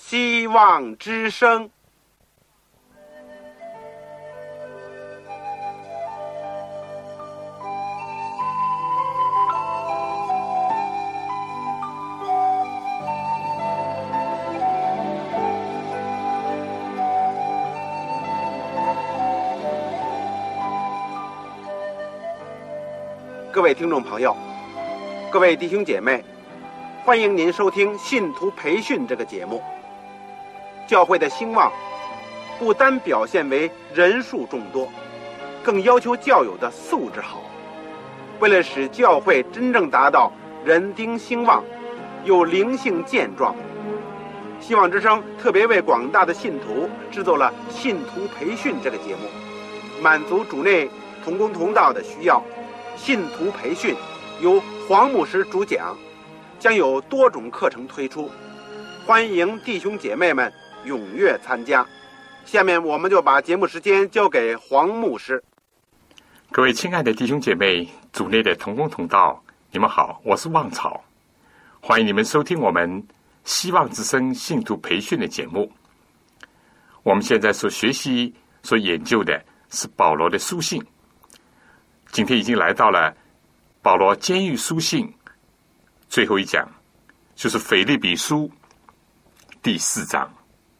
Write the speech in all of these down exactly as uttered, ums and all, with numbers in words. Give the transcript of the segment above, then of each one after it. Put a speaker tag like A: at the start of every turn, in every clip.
A: 希望之声。各位听众朋友，各位弟兄姐妹，欢迎您收听信徒培训这个节目。教会的兴旺不单表现为人数众多，更要求教友的素质好。为了使教会真正达到人丁兴旺又灵性健壮，希望之声特别为广大的信徒制作了信徒培训这个节目，满足主内同工同道的需要。信徒培训由黄牧师主讲，将有多种课程推出，欢迎弟兄姐妹们踊跃参加。下面我们就把节目时间交给黄牧师。
B: 各位亲爱的弟兄姐妹，主内的同工同道，你们好，我是旺草，欢迎你们收听我们希望之声信徒培训的节目。我们现在所学习所研究的是保罗的书信，今天已经来到了保罗监狱书信最后一讲，就是腓立比书第四章。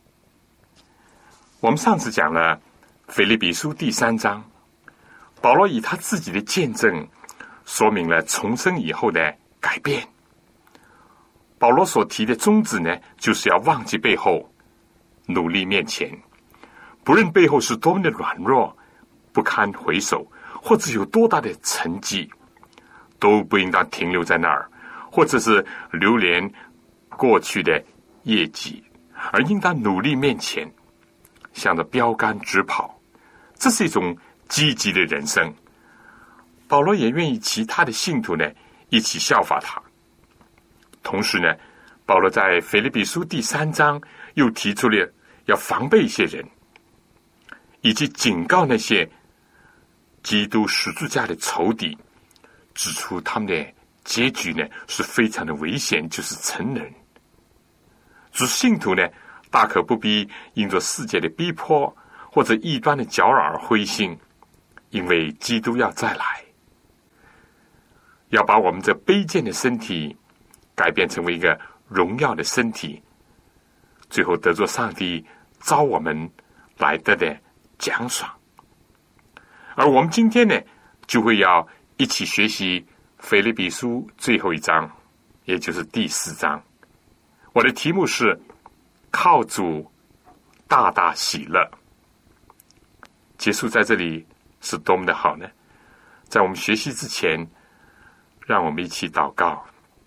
B: 我们上次讲了腓立比书第三章，保罗以他自己的见证说明了重生以后的改变。保罗所提的宗旨呢，就是要忘记背后，努力面前，不论背后是多么的软弱不堪回首，或者有多大的成绩，都不应当停留在那儿，或者是流连过去的业绩，而应当努力面前，向着标杆直跑。这是一种积极的人生。保罗也愿意其他的信徒呢一起效法他。同时呢，保罗在腓立比书第三章又提出了要防备一些人，以及警告那些基督十字架的仇敌，指出他们的结局呢是非常的危险，就是成人。主信徒呢，大可不必因着世界的逼迫或者异端的搅扰而灰心，因为基督要再来，要把我们这卑贱的身体改变成为一个荣耀的身体，最后得着上帝召我们来得的奖赏。而我们今天呢，就会要一起学习腓立比书最后一章，也就是第四章。我的题目是靠主大大喜乐。结束在这里是多么的好呢？在我们学习之前，让我们一起祷告。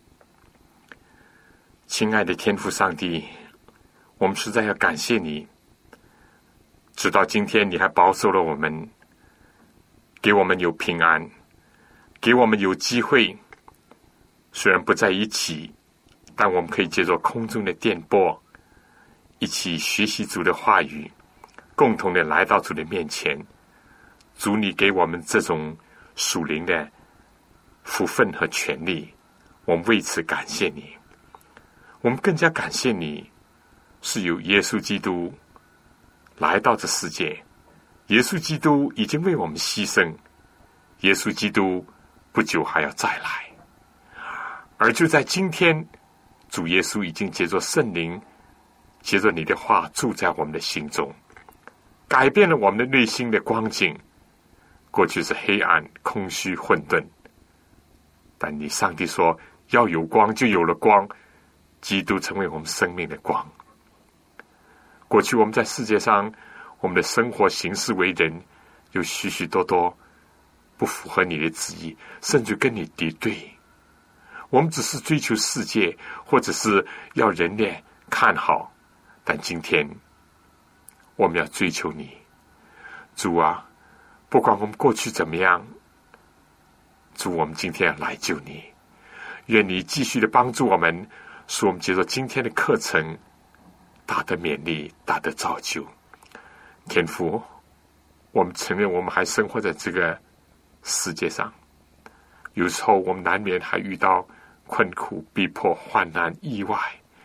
B: 亲爱的天父上帝，我们实在要感谢你，直到今天你还保守了我们，给我们有平安，给我们有机会，虽然不在一起，但我们可以借着空中的电波一起学习主的话语，共同的来到主的面前。主，你给我们这种属灵的福分和权利，我们为此感谢你。我们更加感谢你是有耶稣基督来到这世界，耶稣基督已经为我们牺牲，耶稣基督不久还要再来。而就在今天，主耶稣已经借着圣灵，借着你的话住在我们的心中，改变了我们的内心的光景。过去是黑暗、空虚、混沌，但你上帝说要有光，就有了光，基督成为我们生命的光。过去我们在世界上，我们的生活行事为人有许许多多不符合你的旨意，甚至跟你敌对。我们只是追求世界，或者是要人的看好，但今天我们要追求你。主啊，不管我们过去怎么样，主，我们今天要来救你。愿你继续的帮助我们，使我们接受今天的课程大得勉励，大得造就。天父，我们承认我们还生活在这个世界上，有时候我们难免还遇到困苦、逼迫、患难、意外，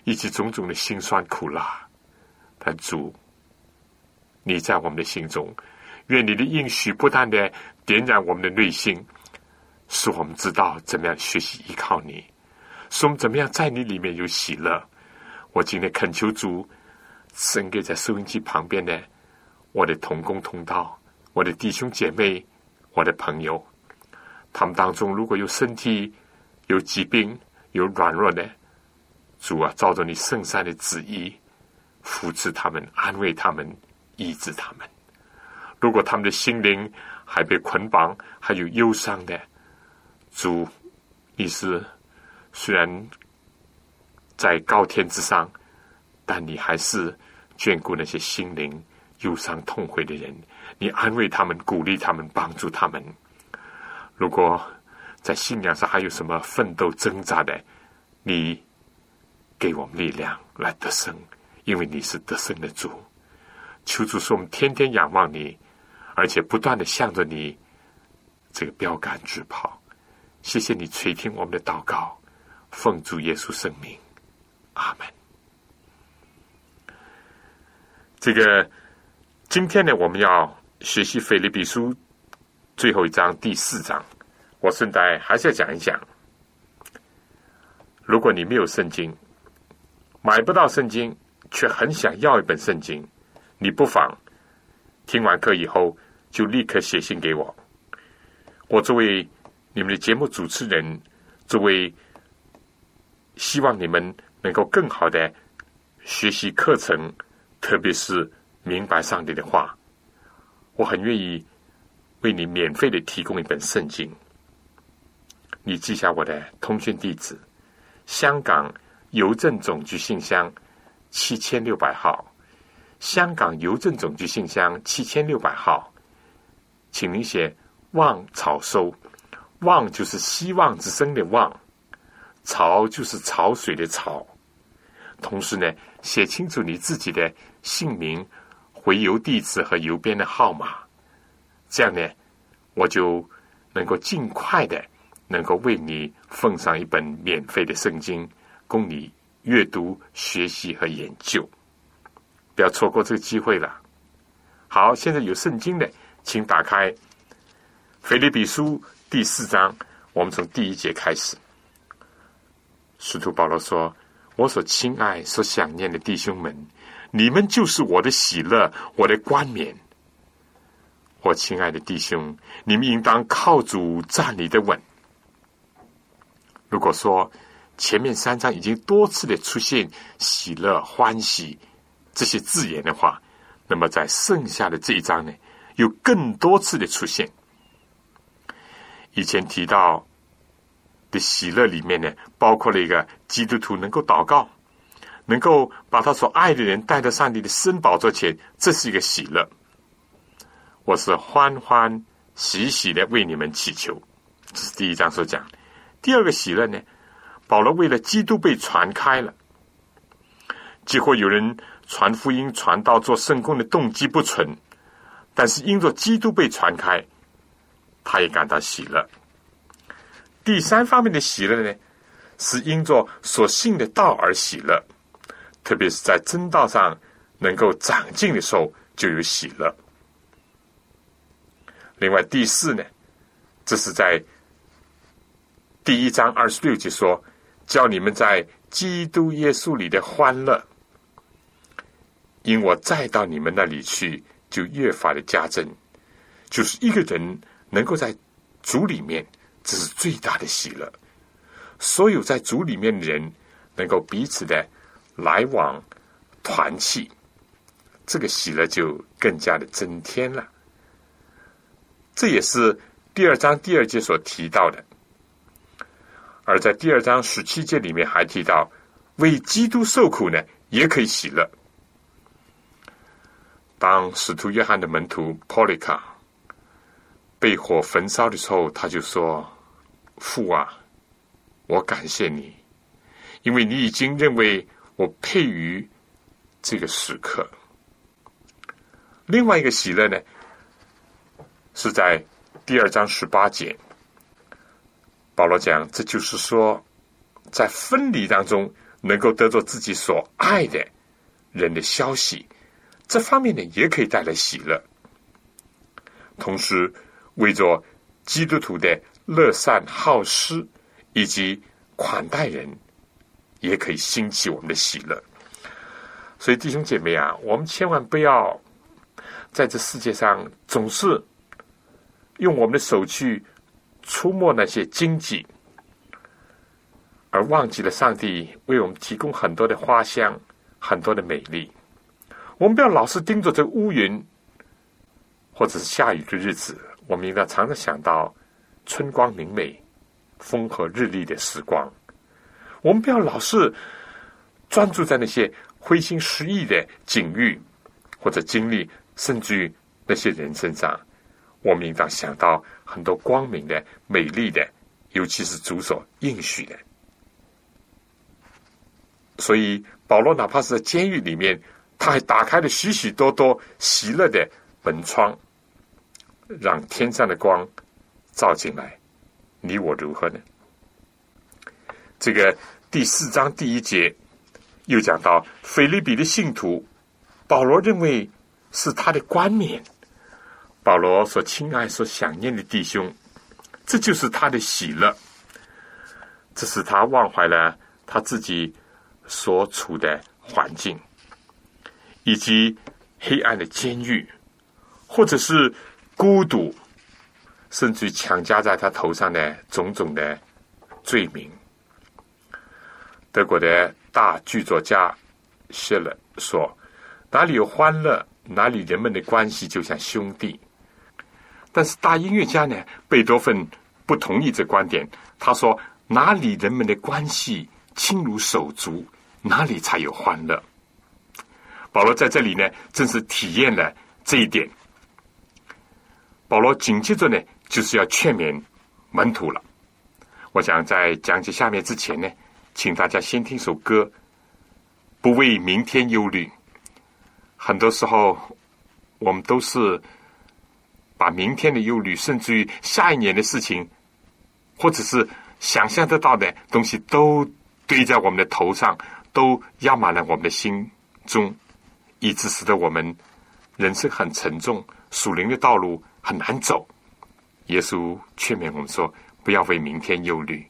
B: 以及种种的辛酸苦辣。但主，你在我们的心中，愿你的应许不断的点燃我们的内心，使我们知道怎么样学习依靠你，使我们怎么样在你里面有喜乐。我今天恳求主赐给在收音机旁边的我的同工同道，我的弟兄姐妹，我的朋友，他们当中如果有身体有疾病有软弱的，主啊，照着你圣善的旨意扶持他们，安慰他们，医治他们。如果他们的心灵还被捆绑，还有忧伤的，主，你是虽然在高天之上，但你还是眷顾那些心灵忧伤痛悔的人，你安慰他们，鼓励他们，帮助他们。如果在信仰上还有什么奋斗挣扎的，你给我们力量来得胜，因为你是得胜的主。求主说我们天天仰望你，而且不断的向着你这个标杆直跑。谢谢你垂听我们的祷告，奉主耶稣圣名，阿门。这个今天呢，我们要学习腓立比书最后一章第四章。我顺带还是要讲一讲，如果你没有圣经，买不到圣经，却很想要一本圣经，你不妨听完课以后就立刻写信给我。我作为你们的节目主持人，作为希望你们能够更好的学习课程，特别是明白上帝的话，我很愿意为你免费的提供一本圣经。你记下我的通讯地址：香港邮政总局信箱七千六百号，香港邮政总局信箱七千六百号，请您写望草收。望就是希望之声的望，潮就是潮水的潮。同时呢，写清楚你自己的姓名、回邮地址和邮编的号码，这样呢，我就能够尽快的能够为你奉上一本免费的圣经，供你阅读、学习和研究。不要错过这个机会了。好，现在有圣经的，请打开腓立比书第四章，我们从第一节开始。使徒保罗说：我所亲爱、所想念的弟兄们，你们就是我的喜乐，我的冠冕。我亲爱的弟兄，你们应当靠主站立得稳。如果说前面三章已经多次的出现喜乐、欢喜这些字眼的话，那么在剩下的这一章呢，有更多次的出现。以前提到的喜乐里面呢，包括了一个基督徒能够祷告，能够把他所爱的人带到上帝的圣宝座前，这是一个喜乐。我是欢欢喜喜的为你们祈求，这是第一章所讲。第二个喜乐呢，保罗为了基督被传开了，几乎有人传福音传道做圣工的动机不纯，但是因着基督被传开，他也感到喜乐。第三方面的喜乐呢，是因着所信的道而喜乐，特别是在真道上能够长进的时候就有喜乐。另外第四呢，这是在第一章二十六节说，叫你们在基督耶稣里的欢乐，因我再到你们那里去，就越发的加增。就是一个人能够在主里面，这是最大的喜乐。所有在主里面的人能够彼此的来往团契，这个喜乐就更加的增添了。这也是第二章第二节所提到的。而在第二章十七节里面还提到，为基督受苦呢，也可以喜乐。当使徒约翰的门徒波利卡被火焚烧的时候，他就说：父啊，我感谢你，因为你已经认为我配于这个时刻。另外一个喜乐呢，是在第二章十八节，保罗讲，这就是说在分离当中能够得着自己所爱的人的消息，这方面呢也可以带来喜乐。同时为着基督徒的乐善好施以及款待人，也可以兴起我们的喜乐。所以弟兄姐妹啊，我们千万不要在这世界上总是用我们的手去触摸那些经济，而忘记了上帝为我们提供很多的花香，很多的美丽。我们不要老是盯着这乌云或者是下雨的日子，我们应该常常想到春光明媚、风和日丽的时光。我们不要老是专注在那些灰心失意的境遇或者经历，甚至于那些人身上。我们应当想到很多光明的、美丽的，尤其是主所应许的。所以保罗哪怕是在监狱里面，他还打开了许许多多喜乐的门窗，让天上的光照进来。你我如何呢？这个第四章第一节又讲到腓立比的信徒，保罗认为是他的冠冕，保罗所亲爱所想念的弟兄，这就是他的喜乐。这使他忘怀了他自己所处的环境，以及黑暗的监狱，或者是孤独，甚至于强加在他头上的种种的罪名。德国的大剧作家谢勒说，哪里有欢乐，哪里人们的关系就像兄弟。但是大音乐家呢，贝多芬不同意这观点，他说哪里人们的关系亲如手足，哪里才有欢乐。保罗在这里呢，正是体验了这一点。保罗紧接着呢，就是要劝勉门徒了。我想在讲解下面之前呢，请大家先听首歌，不为明天忧虑。很多时候我们都是把明天的忧虑，甚至于下一年的事情，或者是想象得到的东西，都堆在我们的头上，都压满了我们的心中，以致使得我们人生很沉重，属灵的道路很难走。耶稣劝勉我们说，不要为明天忧虑。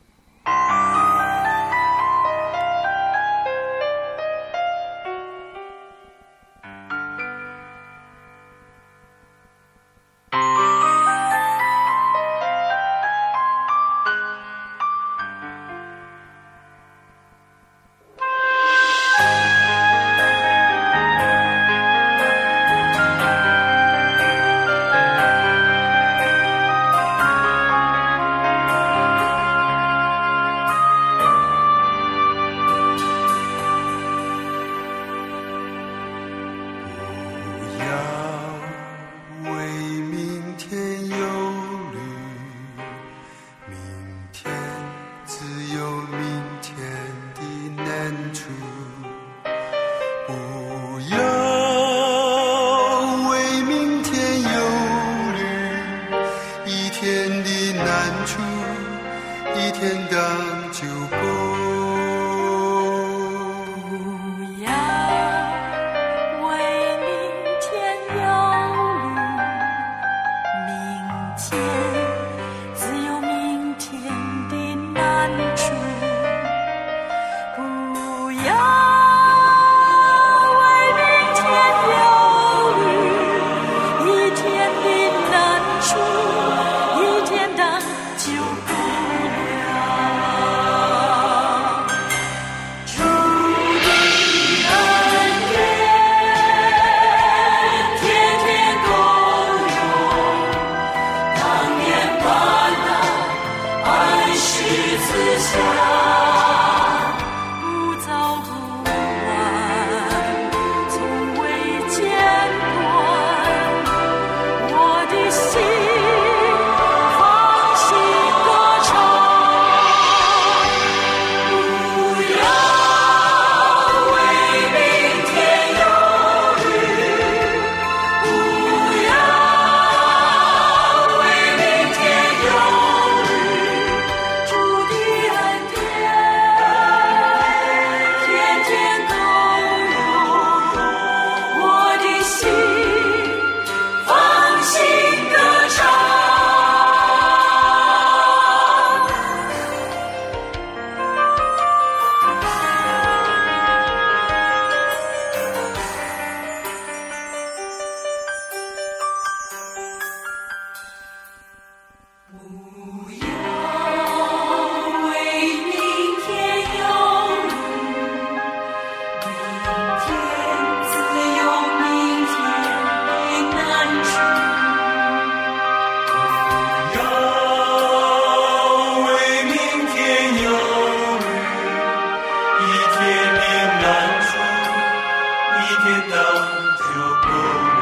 C: 天灯就够了。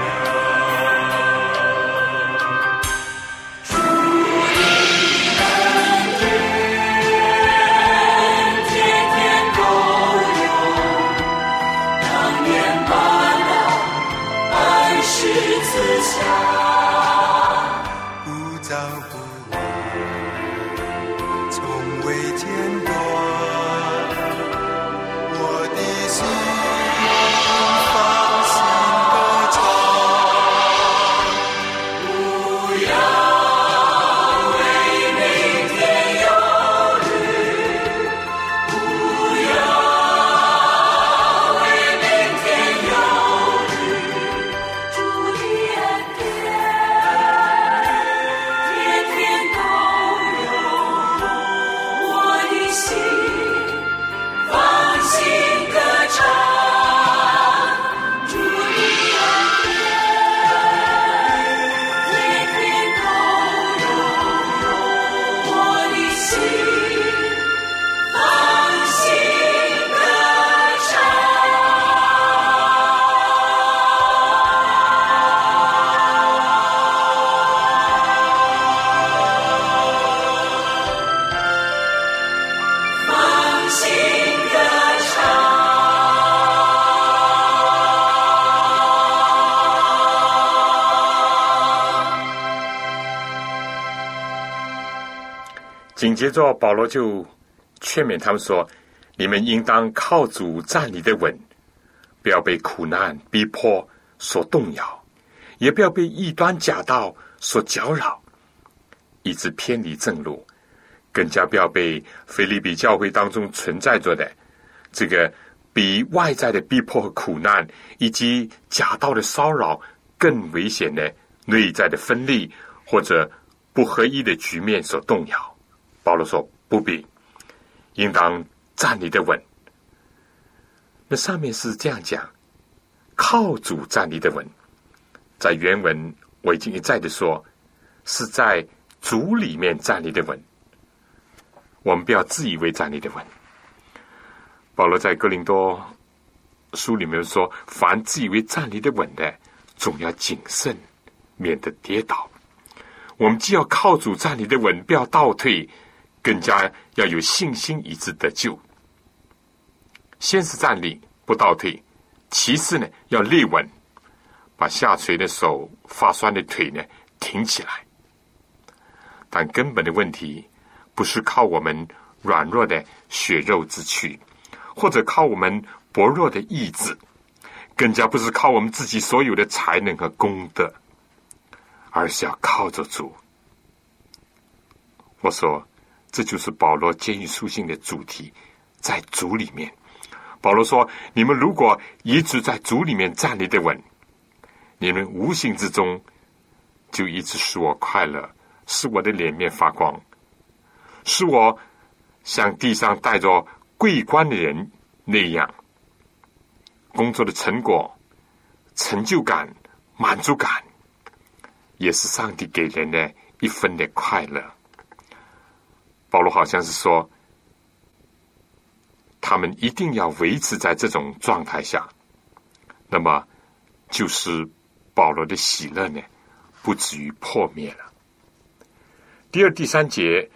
C: 主的恩典天天够用，当年满了万世慈祥，
D: 不早不晚，从未间断。我的心放心歌唱，
C: 不要为明天忧虑，不要为明天忧虑，主的恩典天天都有，我的心放心歌唱，主的恩典天天都有，我的心放心歌唱。放心歌唱。
B: 紧接着，保罗就劝勉他们说：“你们应当靠主站立的稳，不要被苦难逼迫所动摇，也不要被异端假道所搅扰，以致偏离正路，更加不要被腓立比教会当中存在着的这个比外在的逼迫和苦难以及假道的骚扰更危险的内在的分裂或者不合一的局面所动摇。”保罗说：“不必，应当站立的稳。”那上面是这样讲，靠主站立的稳。在原文我已经一再的说，是在主里面站立的稳。我们不要自以为站立的稳。保罗在哥林多书里面说：“凡自以为站立的稳的，总要谨慎，免得跌倒。”我们既要靠主站立的稳，不要倒退，更加要有信心以致得救。先是站立不倒退，其次呢要立稳，把下垂的手、发酸的腿呢挺起来。但根本的问题不是靠我们软弱的血肉之躯，或者靠我们薄弱的意志，更加不是靠我们自己所有的才能和功德，而是要靠着主。我说这就是保罗监狱书信的主题，在主里面。保罗说：“你们如果一直在主里面站立的稳，你们无形之中就一直使我快乐，使我的脸面发光，使我像地上带着桂冠的人那样，工作的成果、成就感、满足感，也是上帝给人的一份的快乐。”保罗好像是说，他们一定要维持在这种状态下，那么就是保罗的喜乐呢，不至于破灭了。第二、第三节，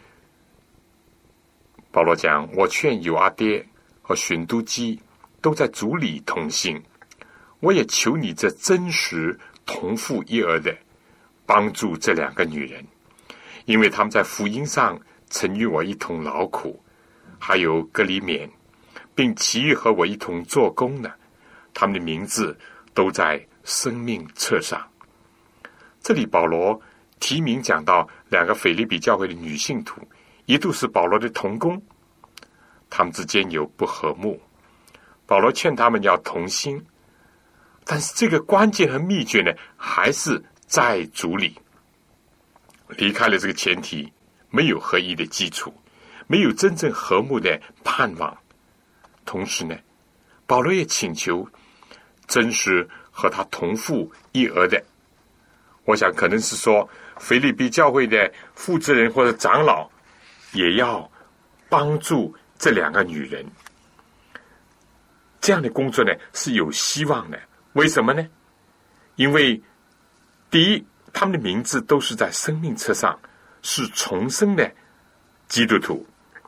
B: 保罗讲：“我劝友阿爹和寻都基都在主里同行，我也求你这真实同父一儿的，帮助这两个女人，因为他们在福音上曾与我一同劳苦，还有格里勉，并其余和我一同做工呢，他们的名字都在生命册上。”这里保罗提名讲到两个腓立比教会的女信徒，一度是保罗的同工，他们之间有不和睦，保罗劝他们要同心，但是这个关键和秘诀呢，还是在主里。离开了这个前提，没有合一的基础，没有真正和睦的盼望。同时呢，保罗也请求真实和他同父一儿的，我想可能是说腓立比教会的负责人或者长老，也要帮助这两个女人。 这样的工作呢是有希望的。为什么呢？因为第一，他们的名字都是在生命册上，是重生的基督徒。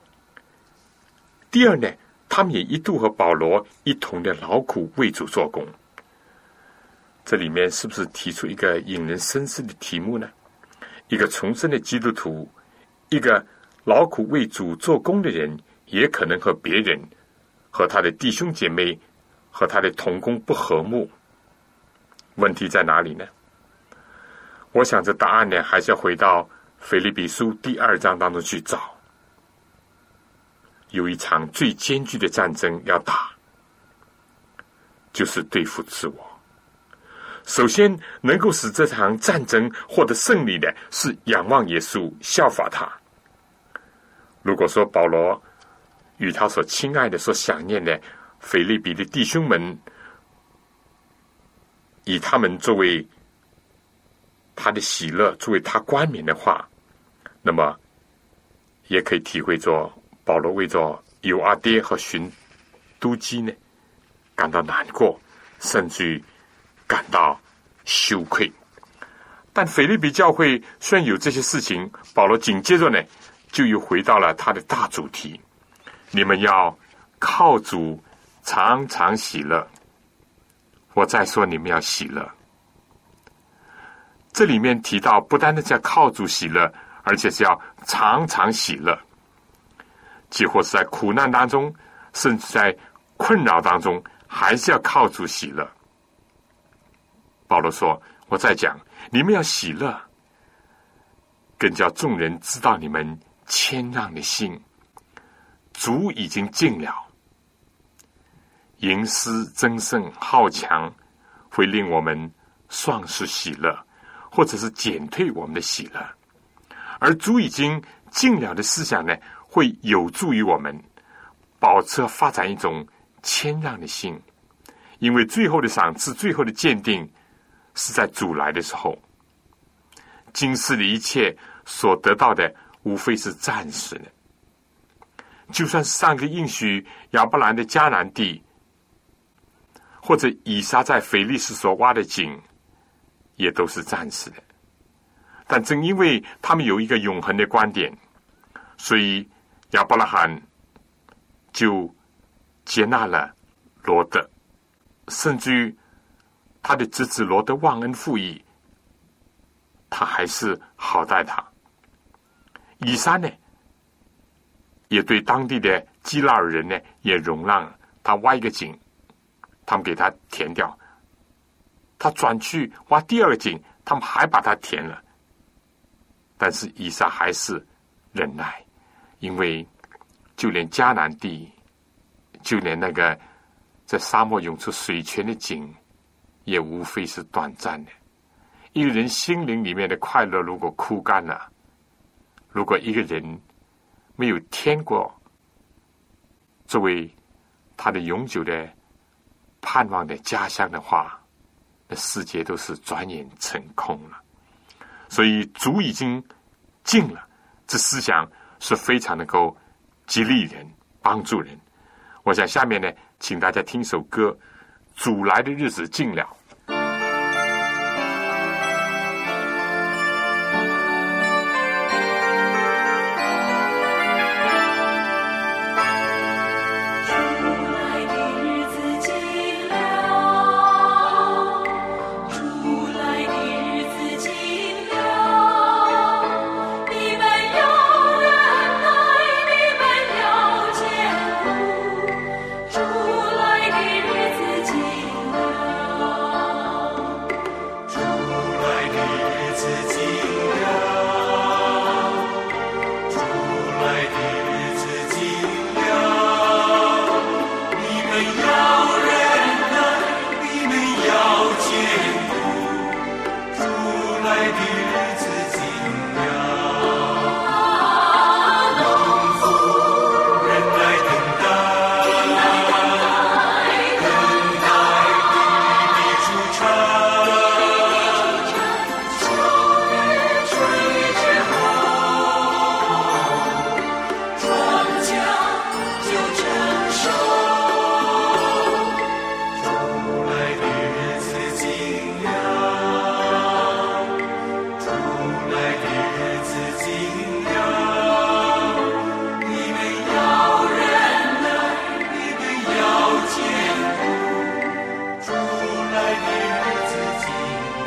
B: 第二呢，他们也一度和保罗一同的劳苦为主做工。这里面是不是提出一个引人深思的题目呢？一个重生的基督徒，一个劳苦为主做工的人，也可能和别人、和他的弟兄姐妹、和他的同工不和睦。问题在哪里呢？我想这答案呢，还是要回到腓立比书第二章当中去找。有一场最艰巨的战争要打，就是对付自我。首先能够使这场战争获得胜利的，是仰望耶稣，效法他。如果说保罗与他所亲爱的、所想念的腓立比的弟兄们，以他们作为他的喜乐，作为他冠冕的话，那么也可以体会着保罗为着犹阿爹和寻都基呢感到难过，甚至感到羞愧。但腓立比教会虽然有这些事情，保罗紧接着呢就又回到了他的大主题：你们要靠主常常喜乐。我再说，你们要喜乐。这里面提到，不单单是要靠主喜乐，而且是要常常喜乐。几乎是在苦难当中，甚至在困扰当中，还是要靠主喜乐。保罗说：“我再讲，你们要喜乐，更叫众人知道你们谦让的心，主已经尽了。营私争胜好强，会令我们丧失喜乐，或者是减退我们的喜乐。而主已经尽了的思想呢，会有助于我们保持和发展一种谦让的心，因为最后的赏赐、最后的鉴定是在主来的时候。今世的一切所得到的，无非是暂时的。就算是上个应许亚伯兰的迦南地，或者以撒在腓利斯所挖的井，也都是暂时的。但正因为他们有一个永恒的观点，所以亚伯拉罕就接纳了罗德，甚至于他的侄子罗德忘恩负义，他还是好待他。以撒呢，也对当地的基拉尔人呢，也容让他挖一个井，他们给他填掉，他转去挖第二个井，他们还把它填了。但是以撒还是忍耐，因为就连迦南地，就连那个在沙漠涌出水泉的井，也无非是短暂的。一个人心灵里面的快乐如果枯干了，如果一个人没有天国作为他的永久的盼望的家乡的话，那世界都是转眼成空了。所以主已经尽了，这思想是非常能够激励人、帮助人。我想下面呢，请大家听首歌，主来的日子近了。
C: 主来的日子近了。 来的日子近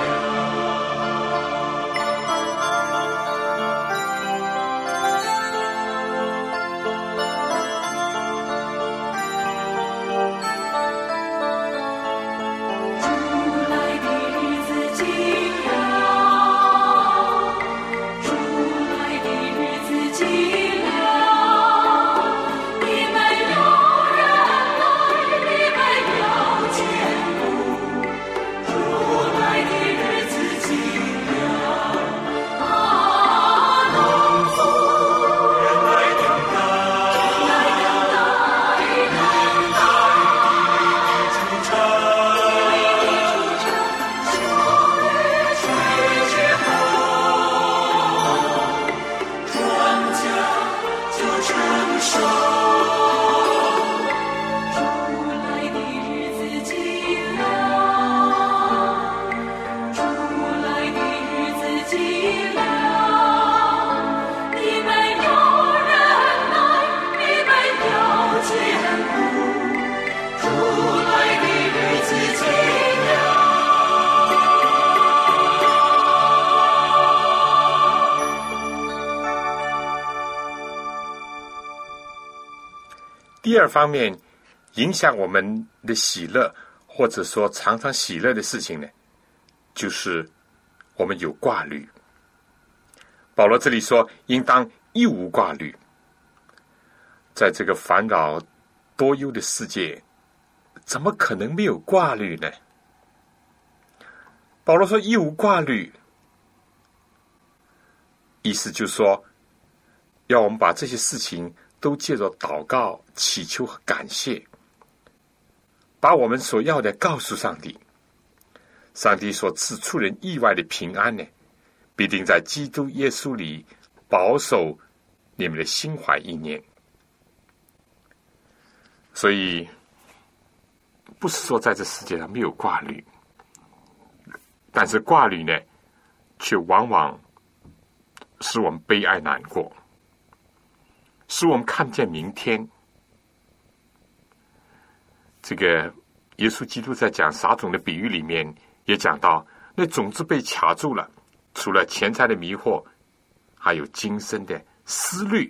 B: 第二方面，影响我们的喜乐，或者说常常喜乐的事情呢，就是我们有挂虑。保罗这里说，应当一无挂虑。在这个烦扰多忧的世界，怎么可能没有挂虑呢？保罗说一无挂虑，意思就是说，要我们把这些事情都借着祷告、祈求和感谢，把我们所要的告诉上帝。上帝所赐出人意外的平安呢，必定在基督耶稣里保守你们的心怀意念。所以，不是说在这世界上没有挂虑，但是挂虑呢，却往往使我们悲哀难过，使我们看不见明天。这个耶稣基督在讲撒种的比喻里面也讲到，那种子被卡住了，除了钱财的迷惑，还有今生的思虑，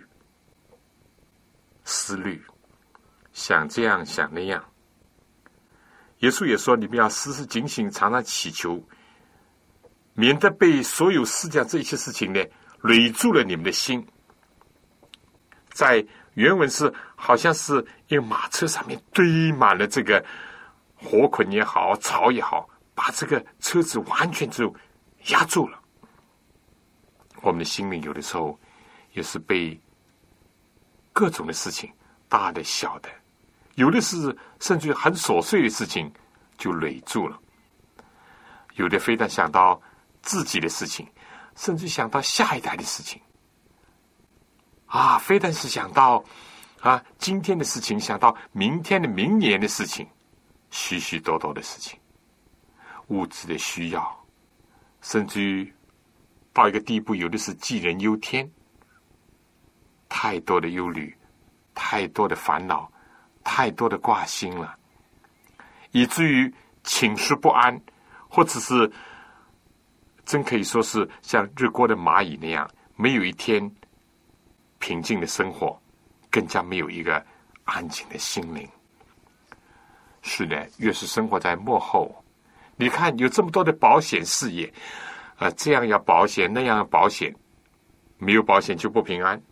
B: 思虑，想这样想那样。耶稣也说，你们要时时警醒，常常祈求，免得被所有世界上这些事情呢累住了你们的心。在原文是好像是一个马车上面堆满了这个火捆也好，草也好，把这个车子完全就压住了。我们的心灵有的时候也是被各种的事情，大的小的，有的是甚至很琐碎的事情就累住了。有的非但想到自己的事情，甚至想到下一代的事情啊，非但是想到啊今天的事情，想到明天的明年的事情，许许多多的事情，物质的需要，甚至于到一个地步，有的是杞人忧天，太多的忧虑，太多的烦恼，太多的挂心了，以至于寝食不安，或者是真可以说是像日过的蚂蚁那样，没有一天平静的生活，更加没有一个安静的心灵。是的，越是生活在末后，你看有这么多的保险事业，呃，这样要保险，那样要保险，没有保险就不平安。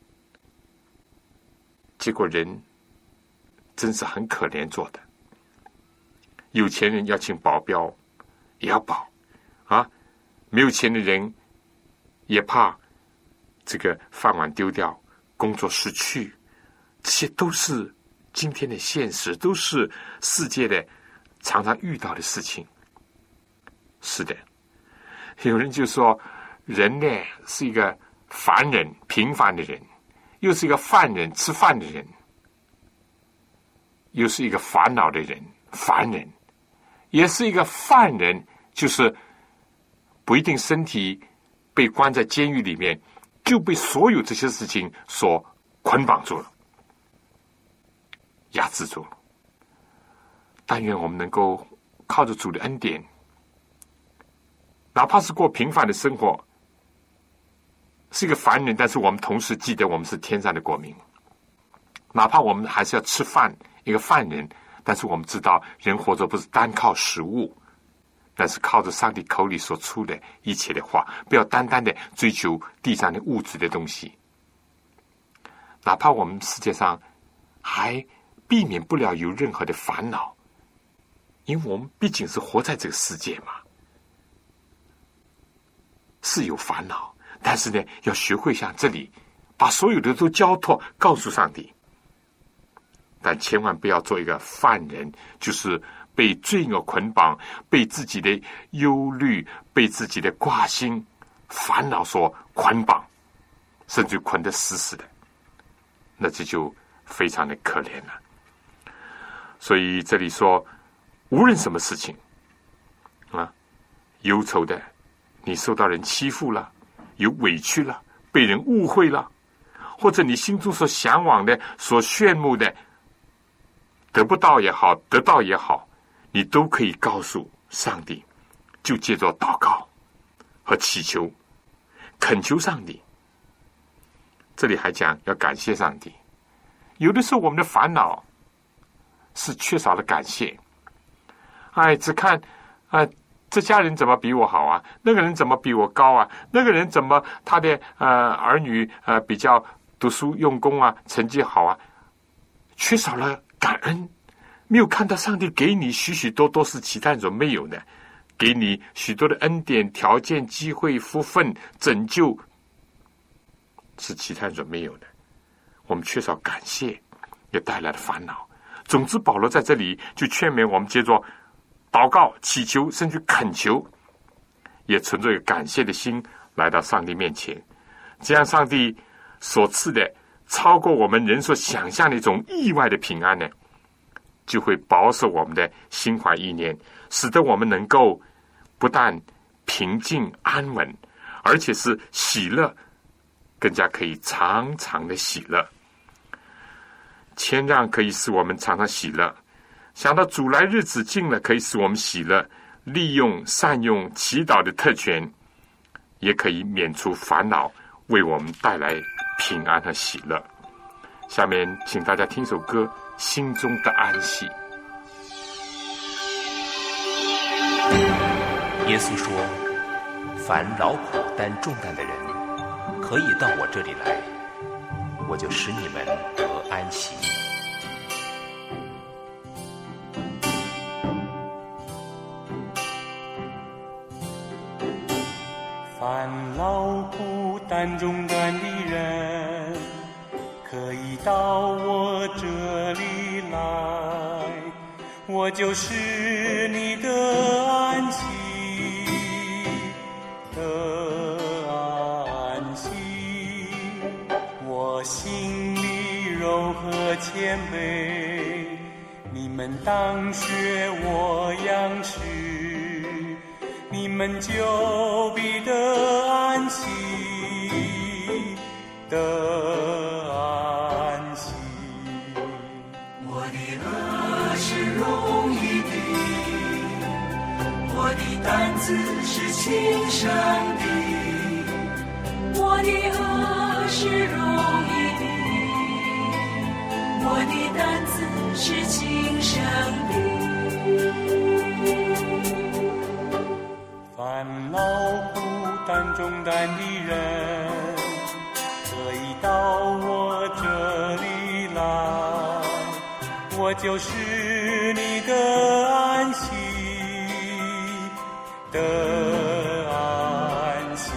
B: 结果人真是很可怜做的。有钱人要请保镖，也要保啊；没有钱的人也怕这个饭碗丢掉，工作失去，这些都是今天的现实，都是世界的常常遇到的事情。是的，有人就说人呢是一个凡人，平凡的人，又是一个犯人，吃饭的人，又是一个烦恼的人，凡人，也是一个犯人，就是不一定身体被关在监狱里面，就被所有这些事情所捆绑住了，压制住了。但愿我们能够靠着主的恩典，哪怕是过平凡的生活，是一个凡人，但是我们同时记得我们是天上的国民。哪怕我们还是要吃饭，一个犯人，但是我们知道人活着不是单靠食物，但是靠着上帝口里所出的一切的话，不要单单的追求地上的物质的东西。哪怕我们世界上还避免不了有任何的烦恼，因为我们毕竟是活在这个世界嘛，是有烦恼，但是呢，要学会像这里把所有的都交托告诉上帝，但千万不要做一个犯人，就是被罪恶捆绑，被自己的忧虑，被自己的挂心烦恼所捆绑，甚至捆得死死的，那这就非常的可怜了。所以这里说，无论什么事情啊，忧愁的，你受到人欺负了，有委屈了，被人误会了，或者你心中所向往的、所炫目的，得不到也好，得到也好，你都可以告诉上帝，就借着祷告和祈求，恳求上帝。这里还讲要感谢上帝。有的时候我们的烦恼是缺少了感谢，哎，只看啊，这家人怎么比我好啊？那个人怎么比我高啊？那个人怎么他的呃儿女呃比较读书用功啊，成绩好啊？缺少了感恩，没有看到上帝给你许许多多是其他人所没有的，给你许多的恩典、条件、机会、福分、拯救，是其他人所没有的。我们缺少感谢，也带来了烦恼。总之，保罗在这里就劝勉我们，接着祷告、祈求，甚至恳求，也存着一个感谢的心来到上帝面前。这样，上帝所赐的超过我们人所想象的一种意外的平安呢，就会保守我们的心怀意念，使得我们能够不但平静安稳，而且是喜乐，更加可以常常的喜乐。谦让可以使我们常常喜乐，想到主来日子近了，可以使我们喜乐，利用善用祈祷的特权，也可以免除烦恼，为我们带来平安和喜乐。下面请大家听首歌《心中的安息》。
E: 耶稣说，凡劳苦担重担的人，可以到我这里来，我就使你们得安息。
D: 凡劳苦担重担的人，可以到我这里来，我就使你的安息，的安息。我心里柔和谦卑，你们当学我样式，你们就必得安息，得安息。
C: 我的恶是容易的，我的担子是轻省的。我的恶是容易的，我的担子是轻省的。
D: 凡劳苦担重担的人，可以到我这里来，我就使你的安息，的安息。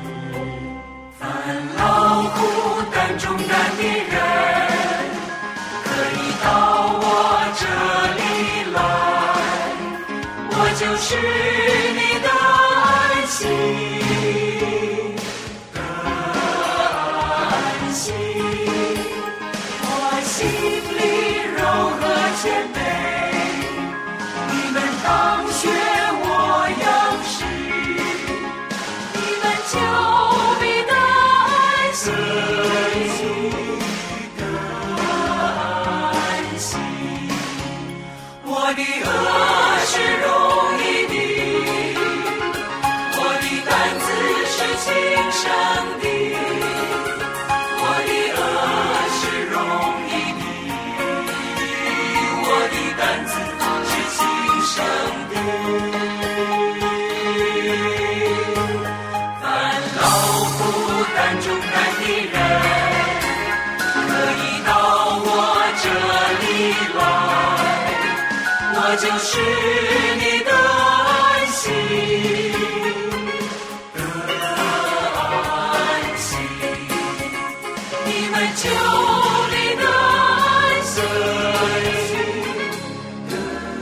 C: 凡劳苦担重担的人，可以到我这里来，我就使你的安息，的安息。我心里柔和谦卑，你们当学我样式，你们就必得安息，得安息。我的恶是容就是你的安息，的安息，你们救你的安息，的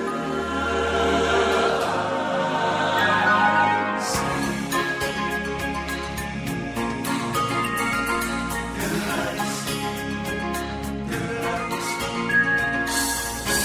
C: 安息，的安息，的安息。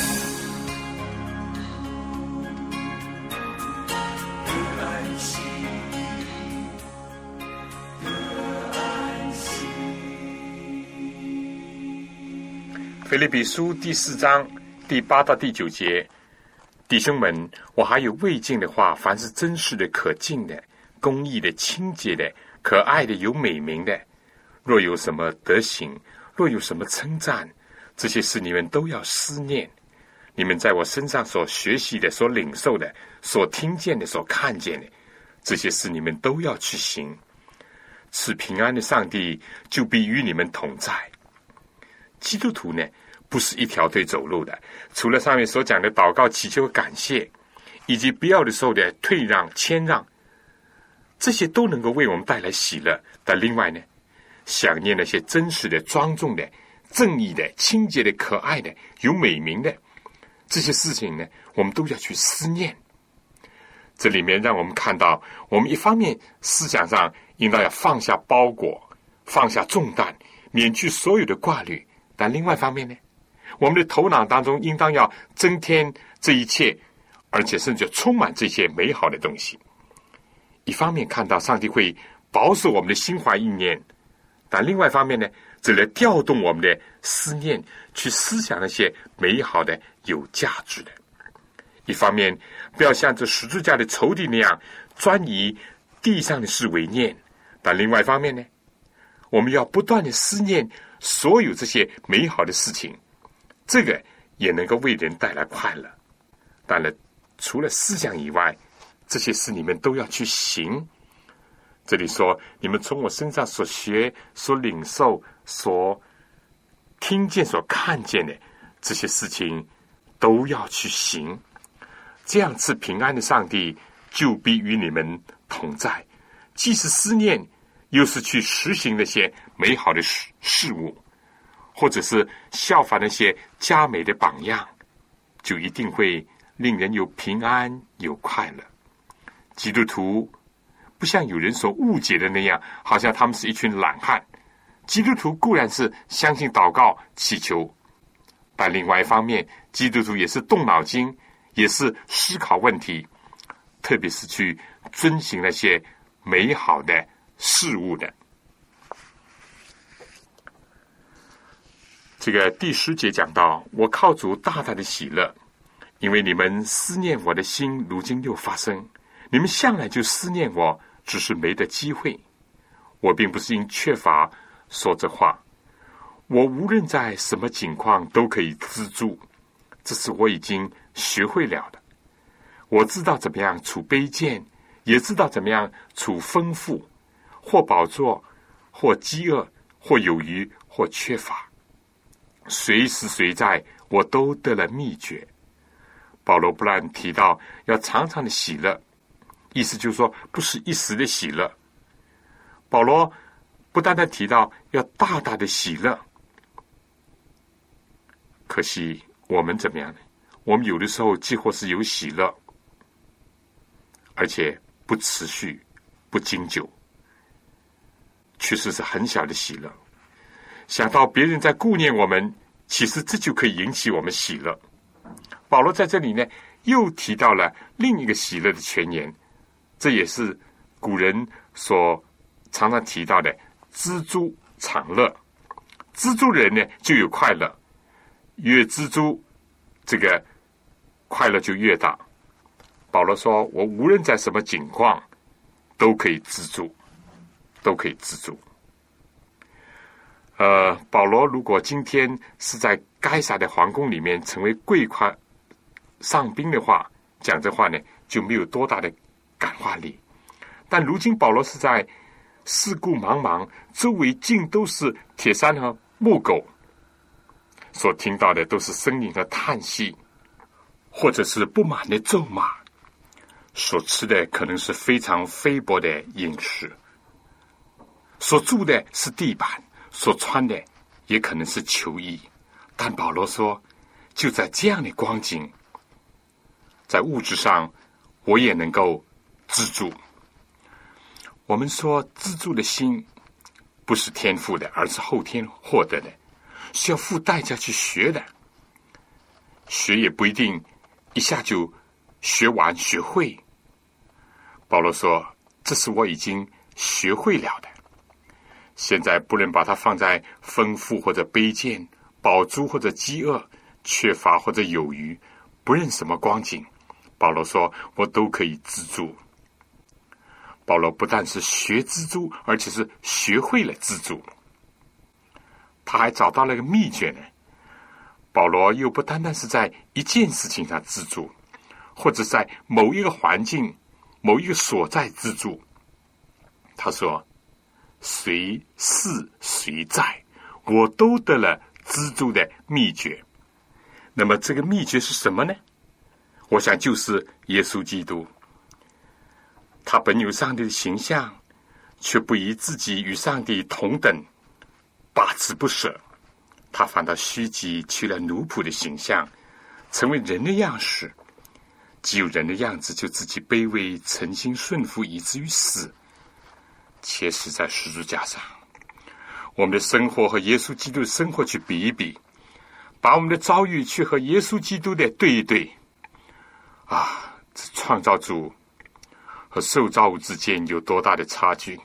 B: 腓立比书第四章第八到第九节，弟兄们，我还有未尽的话，凡是真实的、可敬的、公义的、清洁的、可爱的、有美名的，若有什么德行，若有什么称赞，这些事你们都要思念。你们在我身上所学习的、所领受的、所听见的、所看见的，这些事你们都要去行。赐平安的上帝就必与你们同在。基督徒呢，不是一条腿走路的，除了上面所讲的祷告、祈求、感谢，以及必要的时候的退让、谦让，这些都能够为我们带来喜乐。但另外呢，想念那些真实的、庄重的、正义的、清洁的、可爱的、有美名的这些事情呢，我们都要去思念。这里面让我们看到，我们一方面思想上应当要放下包裹，放下重担，免去所有的挂虑。但另外一方面呢，我们的头脑当中应当要增添这一切，而且甚至充满这些美好的东西。一方面看到上帝会保守我们的心怀意念，但另外一方面呢，这来调动我们的思念，去思想那些美好的、有价值的。一方面不要像这十字架的仇敌那样专以地上的事为念，但另外一方面呢，我们要不断的思念所有这些美好的事情，这个也能够为人带来快乐。当然除了思想以外，这些事你们都要去行。这里说，你们从我身上所学、所领受、所听见、所看见的这些事情都要去行，这样赐平安的上帝就必与你们同在。既是思念，又是去实行那些美好的事事物，或者是效法那些佳美的榜样，就一定会令人有平安、有快乐。基督徒不像有人所误解的那样，好像他们是一群懒汉。基督徒固然是相信祷告、祈求，但另外一方面，基督徒也是动脑筋，也是思考问题，特别是去遵行那些美好的事物的。这个第十节讲到，我靠主大大的喜乐，因为你们思念我的心如今又发生。你们向来就思念我，只是没得机会。我并不是因缺乏说这话，我无论在什么境况都可以资助，这是我已经学会了的。我知道怎么样处卑贱，也知道怎么样处丰富，或饱作，或饥饿，或有余，或缺乏。随时随在，我都得了秘诀。保罗不但提到要常常的喜乐，意思就是说不是一时的喜乐。保罗不单单提到要大大的喜乐，可惜我们怎么样呢？我们有的时候几乎是有喜乐，而且不持续、不经久，确实是很小的喜乐。想到别人在顾念我们，其实这就可以引起我们喜乐。保罗在这里呢，又提到了另一个喜乐的泉源，这也是古人所常常提到的知足常乐。知足人呢就有快乐，越知足，这个快乐就越大。保罗说，我无论在什么境况都可以知足，都可以知足。呃，保罗如果今天是在该撒的皇宫里面成为贵夸上宾的话，讲这话呢就没有多大的感化力。但如今保罗是在四顾茫茫，周围尽都是铁山和木狗，所听到的都是声音和叹息。 或者是不满的咒骂，所吃的可能是非常菲薄的饮食，所住的是地板，所穿的也可能是囚衣。但保罗说，就在这样的光景，在物质上我也能够自助。我们说自助的心不是天赋的，而是后天获得的，是要付代价去学的。学也不一定一下就学完学会。保罗说，这是我已经学会了的。现在不论把它放在丰富或者卑贱，饱足或者饥饿，缺乏或者有余，不论什么光景，保罗说我都可以自助。保罗不但是学自助，而且是学会了自助。他还找到了一个秘诀呢。保罗又不单单是在一件事情上自助，或者在某一个环境、某一个所在自助。他说，谁是谁在，我都得了自助的秘诀。那么这个秘诀是什么呢？我想就是耶稣基督。他本有上帝的形象，却不以自己与上帝同等，把持不舍。他反倒虚己，取了奴仆的形象，成为人的样式。既有人的样子，就自己卑微，诚心顺服，以至于死，且死在十字架上。我们的生活和耶稣基督的生活去比一比，把我们的遭遇去和耶稣基督的对一对。啊，这创造主和受造物之间有多大的差距？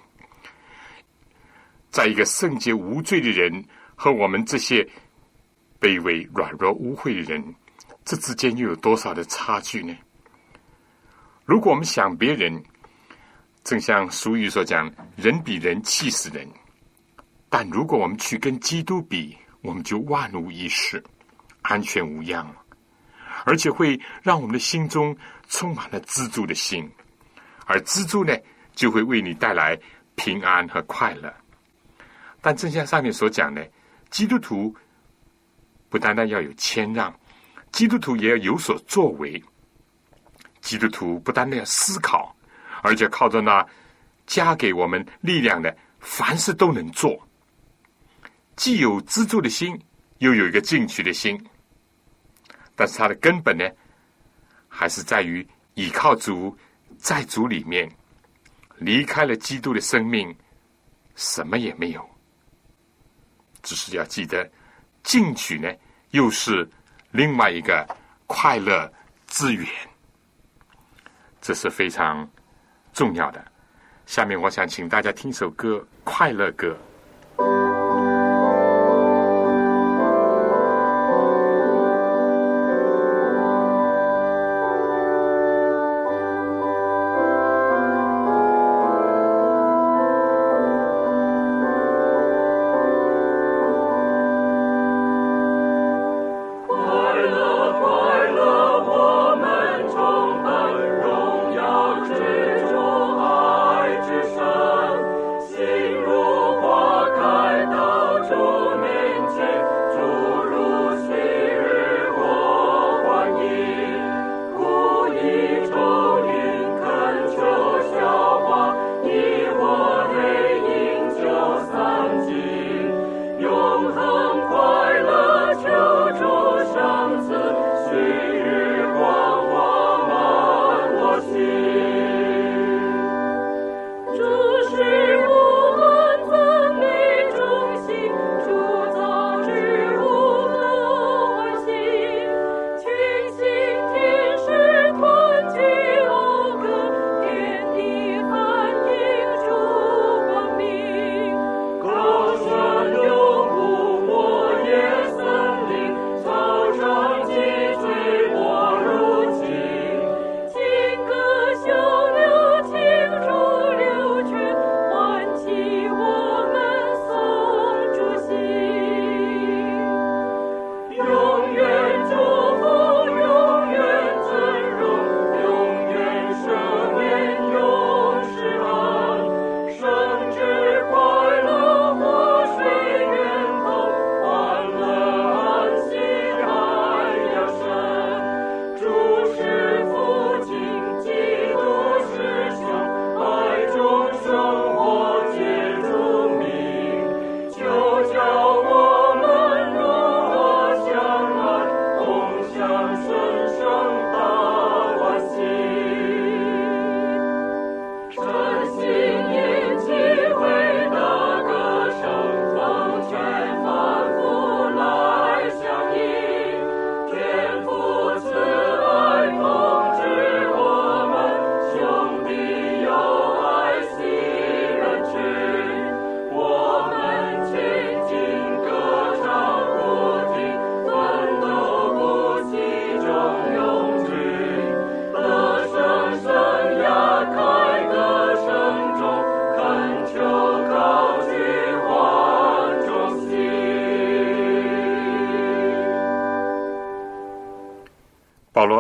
B: 在一个圣洁无罪的人和我们这些卑微、软弱、污秽的人，这之间又有多少的差距呢？如果我们想别人，正像俗语所讲，人比人气死人。但如果我们去跟基督比，我们就万无一失，安全无恙了，而且会让我们的心中充满了知足的心，而知足呢，就会为你带来平安和快乐。但正像上面所讲的，基督徒不单单要有谦让，基督徒也要有所作为。基督徒不单单要思考，而且靠着那加给我们力量的，凡事都能做。既有知足的心，又有一个进取的心，但是它的根本呢，还是在于倚靠主，在主里面，离开了基督的生命，什么也没有。只是要记得，进取呢，又是另外一个快乐之源，这是非常重要的。下面我想请大家听首歌《快乐歌》。
C: 心如花。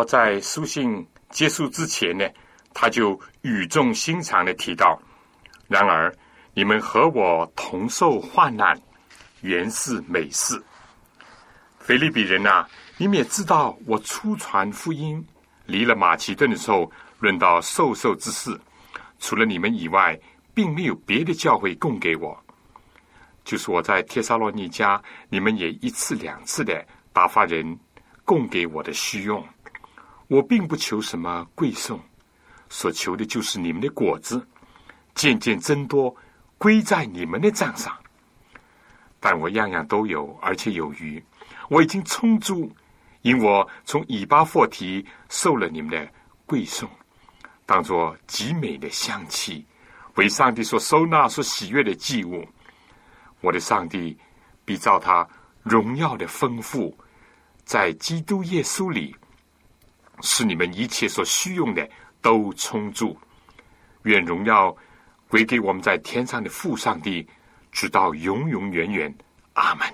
B: 在书信结束之前呢，他就语重心长的提到，然而你们和我同受患难，原是美事。腓立比人啊，你们也知道，我初传福音离了马其顿的时候，论到授受之事，除了你们以外，并没有别的教会供给我。就是我在帖撒罗尼迦，你们也一次两次的打发人供给我的需用。我并不求什么贵送，所求的就是你们的果子渐渐增多，归在你们的账上。但我样样都有，而且有余，我已经充足，因我从以巴弗提受了你们的贵送，当作极美的香气，为上帝所收纳、所喜悦的祭物。我的上帝必照他荣耀的丰富，在基督耶稣里，使你们一切所需用的都充足。愿荣耀归给我们在天上的父上帝，直到永永远远。阿们。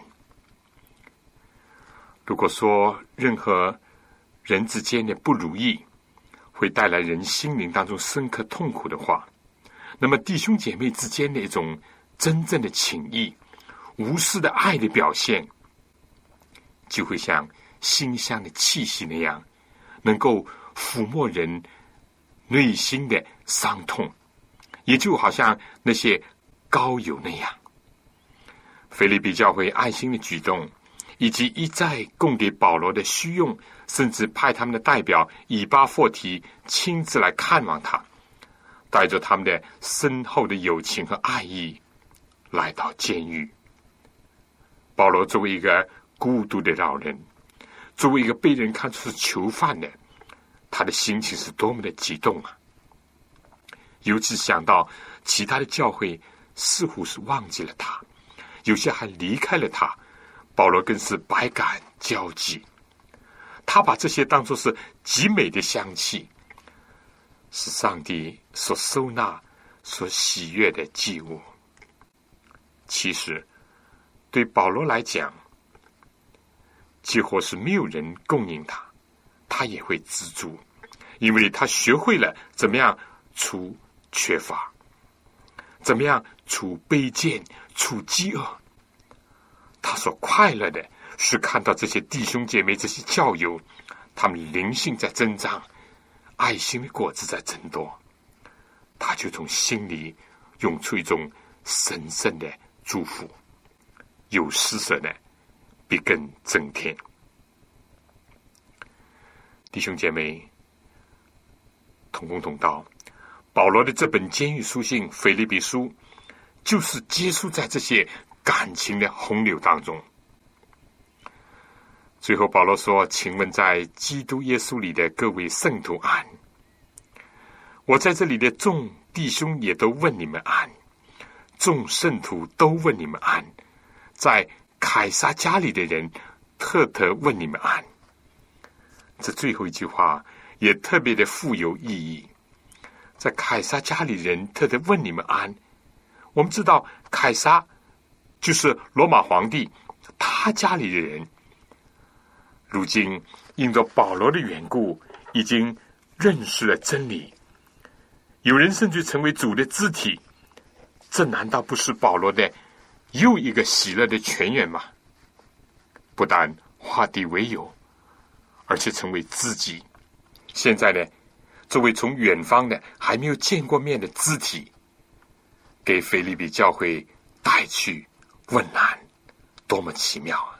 B: 如果说任何人之间的不如意会带来人心灵当中深刻痛苦的话，那么弟兄姐妹之间的一种真正的情谊、无私的爱的表现，就会像馨香的气息那样，能够抚摸人内心的伤痛，也就好像那些膏油那样。腓立比教会爱心的举动，以及一再供给保罗的需用，甚至派他们的代表以巴弗提亲自来看望他，带着他们的深厚的友情和爱意来到监狱。保罗作为一个孤独的老人，作为一个被人看出是囚犯的，他的心情是多么的激动啊！尤其想到其他的教会似乎是忘记了他，有些还离开了他，保罗更是百感交集。他把这些当作是极美的香气，是上帝所收纳、所喜悦的祭物。其实对保罗来讲，几乎是没有人供应他，他也会知足，因为他学会了怎么样除缺乏，怎么样除卑贱、除饥饿。他所快乐的是看到这些弟兄姐妹、这些教友，他们灵性在增长，爱心的果子在增多，他就从心里涌出一种神圣的祝福，有施舍呢，必更增添。弟兄姐妹，同工同道，保罗的这本监狱书信《腓立比书》，就是结束在这些感情的洪流当中。最后保罗说，请问在基督耶稣里的各位圣徒安，我在这里的众弟兄也都问你们安，众圣徒都问你们安，在凯撒家里的人特特问你们安。这最后一句话也特别的富有意义，在凯撒家里人特特问你们安。我们知道凯撒就是罗马皇帝，他家里的人如今因着保罗的缘故，已经认识了真理，有人甚至成为主的肢体，这难道不是保罗的又一个喜乐的泉源吗？不但化敌为友，而且成为知己。现在呢，作为从远方的还没有见过面的肢体，给腓立比教会带去问安，多么奇妙啊！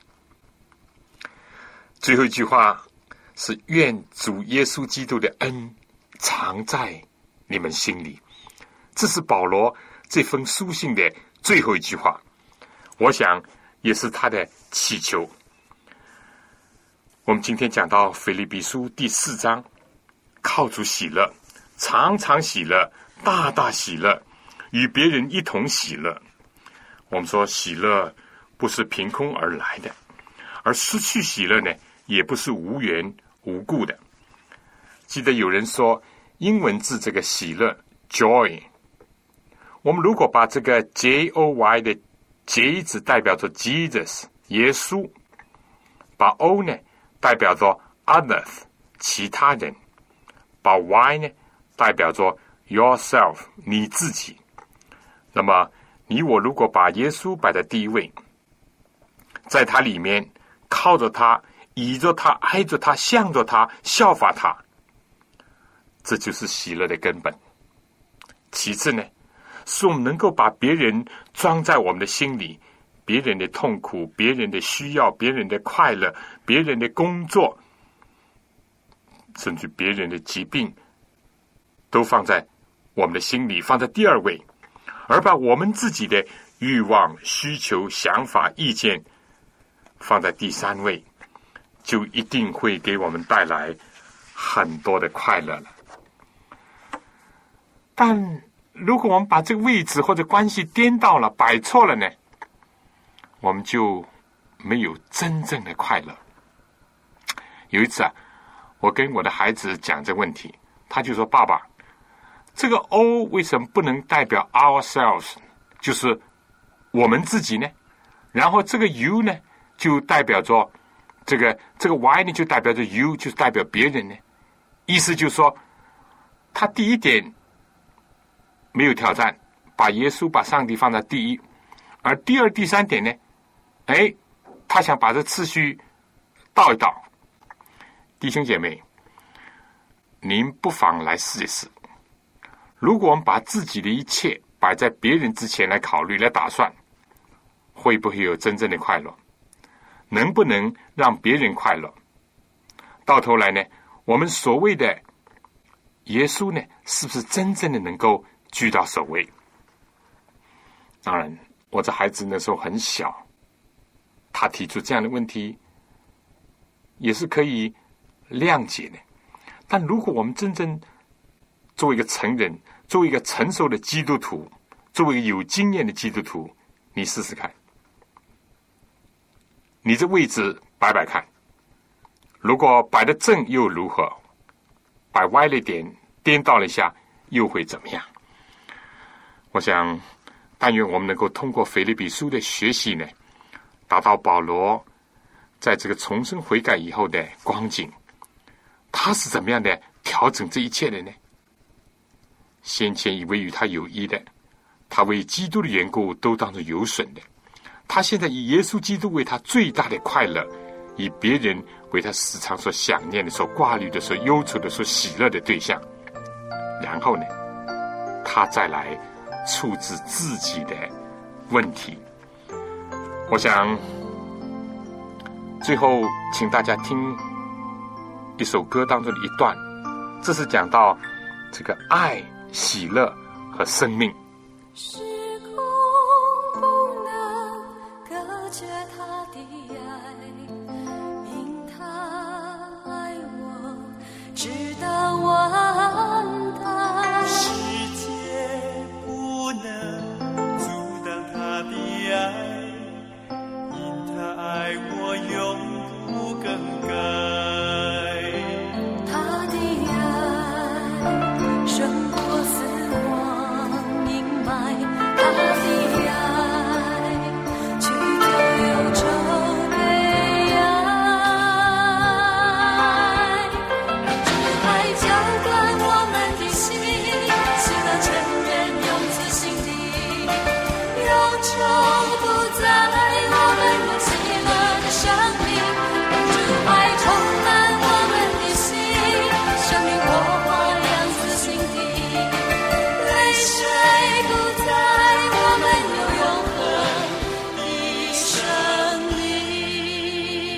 B: 最后一句话是愿主耶稣基督的恩常在你们心里，这是保罗这封书信的最后一句话，我想也是他的祈求。我们今天讲到腓立比书第四章，靠主喜乐，常常喜乐，大大喜乐，与别人一同喜乐。我们说喜乐不是凭空而来的，而失去喜乐呢，也不是无缘无故的。记得有人说英文字这个喜乐 joy， 我们如果把这个 J O Y 的 J 字代表着 Jesus 耶稣，把 O 呢代表着 others 其他人，把 Y 呢代表着 yourself 你自己。那么你我如果把耶稣摆在第一位，在他里面靠着他，倚着他，挨着他，向着他，效法他，这就是喜乐的根本。其次呢，是我们能够把别人装在我们的心里，别人的痛苦，别人的需要，别人的快乐，别人的工作，甚至别人的疾病，都放在我们的心里，放在第二位，而把我们自己的欲望、需求、想法、意见放在第三位，就一定会给我们带来很多的快乐了。但如果我们把这个位置或者关系颠倒了、摆错了呢，我们就没有真正的快乐。有一次啊，我跟我的孩子讲这个问题，他就说：“爸爸，这个 O 为什么不能代表 ourselves， 就是我们自己呢？然后这个 U 呢，就代表着这个这个 Y 呢，就代表着 U， 就是代表别人呢？意思就是说，他第一点没有挑战，把耶稣、把上帝放在第一，而第二、第三点呢，哎，他想把这次序倒一倒。弟兄姐妹，您不妨来试一试。如果我们把自己的一切摆在别人之前来考虑、来打算，会不会有真正的快乐？能不能让别人快乐？到头来呢，我们所谓的耶稣呢，是不是真正的能够居到首位？当然，我这孩子那时候很小，他提出这样的问题也是可以谅解的。但如果我们真正作为一个成人，作为一个成熟的基督徒，作为一个有经验的基督徒，你试试看，你这位置摆摆看，如果摆得正又如何？摆歪了一点，颠倒了一下，又会怎么样？我想，但愿我们能够通过腓立比书的学习呢，达到保罗在这个重生悔改以后的光景。他是怎么样的调整这一切的呢？先前以为与他有益的，他为基督的缘故都当作有损的。他现在以耶稣基督为他最大的快乐，以别人为他时常所想念的、所挂虑的、所忧愁的、所喜乐的对象。然后呢，他再来处置自己的问题。我想最后请大家听一首歌当中的一段，这是讲到这个爱、喜乐和生命。
C: 时空不能隔绝他的爱，因他爱我直到完蛋。
D: 世界不能阻挡他的爱，因他爱我永不更改。
C: 他的爱胜过死亡阴霾，他的爱去掉忧愁悲哀，这爱浇灌我们的心，使得成人涌起心底，忧愁不在，我们有喜乐的生命，主爱充满我们的心，生命火花亮自心底，泪水不在，我们有永恒的生命。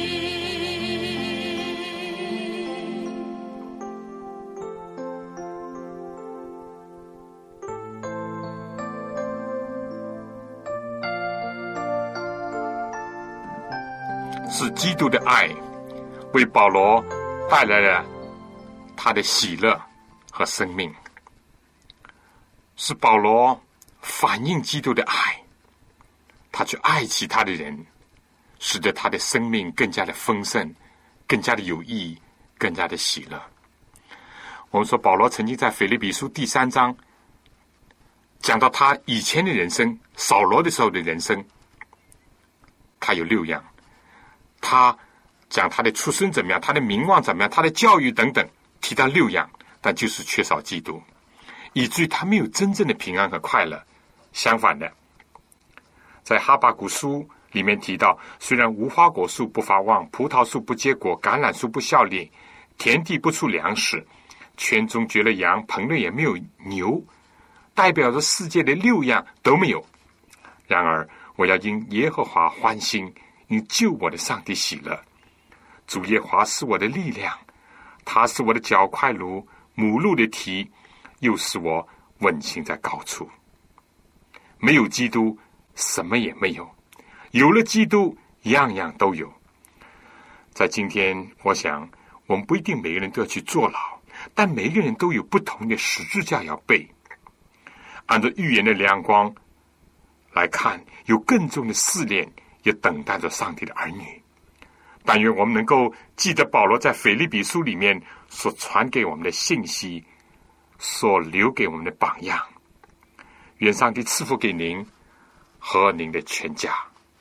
B: 是基督的爱为保罗带来了他的喜乐和生命，是保罗反映基督的爱，他去爱其他的人，使得他的生命更加的丰盛，更加的有意义，更加的喜乐。我们说保罗曾经在腓立比书第三章讲到他以前的人生，扫罗的时候的人生，他有六样。他讲他的出身怎么样，他的名望怎么样，他的教育等等，提到六样，但就是缺少基督，以至于他没有真正的平安和快乐。相反的，在哈巴谷书里面提到，虽然无花果树不发旺，葡萄树不结果，橄榄树不效力，田地不出粮食，圈中绝了羊，棚内也没有牛，代表着世界的六样都没有。然而我要因耶和华欢心，因救我的上帝喜乐。主耶和华是我的力量，他是我的脚快如母鹿的蹄，又使我稳行在高处。没有基督，什么也没有；有了基督，样样都有。在今天，我想我们不一定每个人都要去坐牢，但每个人都有不同的十字架要背。按照预言的亮光来看，有更重的试炼也等待着上帝的儿女。但愿我们能够记得保罗在腓立比书里面所传给我们的信息，所留给我们的榜样。愿上帝赐福给您和您的全家。